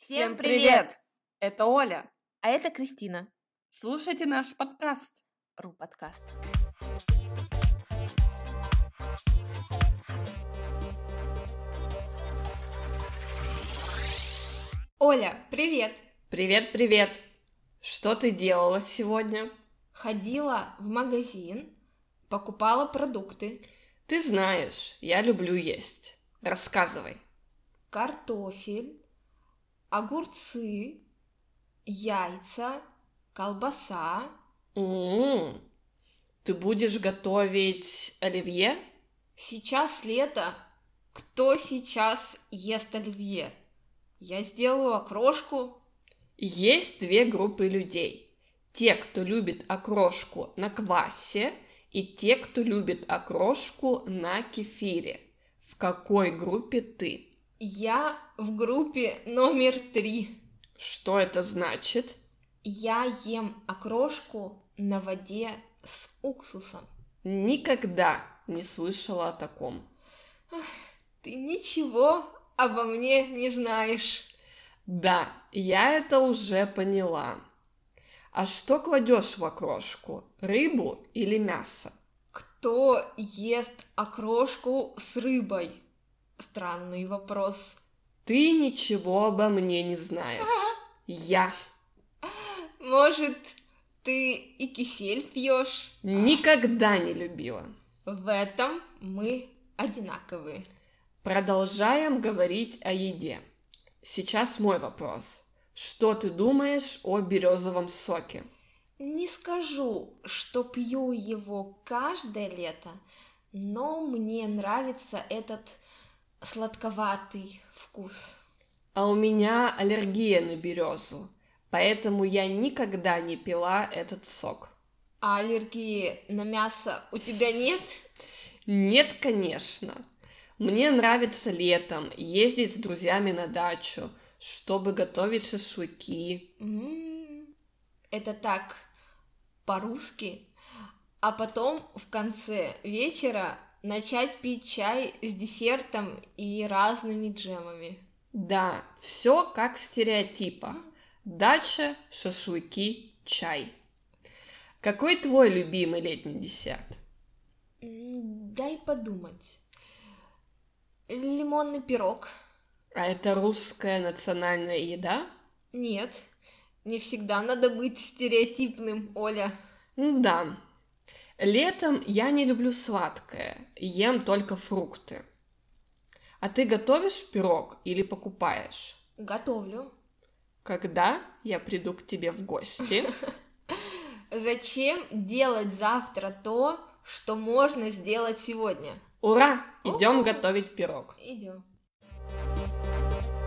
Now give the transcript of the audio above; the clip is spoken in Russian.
Всем привет! Это Оля. А это Кристина. Слушайте наш подкаст. Подкаст. Оля, привет! Привет! Что ты делала сегодня? Ходила в магазин, покупала продукты. Ты знаешь, я люблю есть. Рассказывай. Картофель, огурцы, яйца, колбаса. Ты будешь готовить оливье? Сейчас лето. Кто сейчас ест оливье? Я сделаю окрошку. Есть две группы людей. Те, кто любит окрошку на квасе, и те, кто любит окрошку на кефире. В какой группе ты? Я в группе номер 3. Что это значит? Я ем окрошку на воде с уксусом. Никогда не слышала о таком. Ты ничего обо мне не знаешь. Да, я это уже поняла. А что кладешь в окрошку? Рыбу или мясо? Кто ест окрошку с рыбой? Странный вопрос. Ты ничего обо мне не знаешь. Я. Может, ты и кисель пьешь? Никогда не любила. В этом мы одинаковые. Продолжаем говорить о еде. Сейчас мой вопрос. Что ты думаешь о березовом соке? Не скажу, что пью его каждое лето, но мне нравится этот сладковатый вкус. А у меня аллергия на березу, поэтому я никогда не пила этот сок. А аллергии на мясо у тебя нет? Нет, конечно. Мне нравится летом ездить с друзьями на дачу, чтобы готовить шашлыки. Это так по-русски. А потом в конце вечера начать пить чай с десертом и разными джемами. Да, все как в стереотипах. Дача, шашлыки, чай. Какой твой любимый летний десерт? Дай подумать. Лимонный пирог. А это русская национальная еда? Нет, не всегда надо быть стереотипным, Оля. Да. Летом я не люблю сладкое, ем только фрукты. А ты готовишь пирог или покупаешь? Готовлю. Когда я приду к тебе в гости? Зачем делать завтра то, что можно сделать сегодня? Ура! Идем готовить пирог. Идем.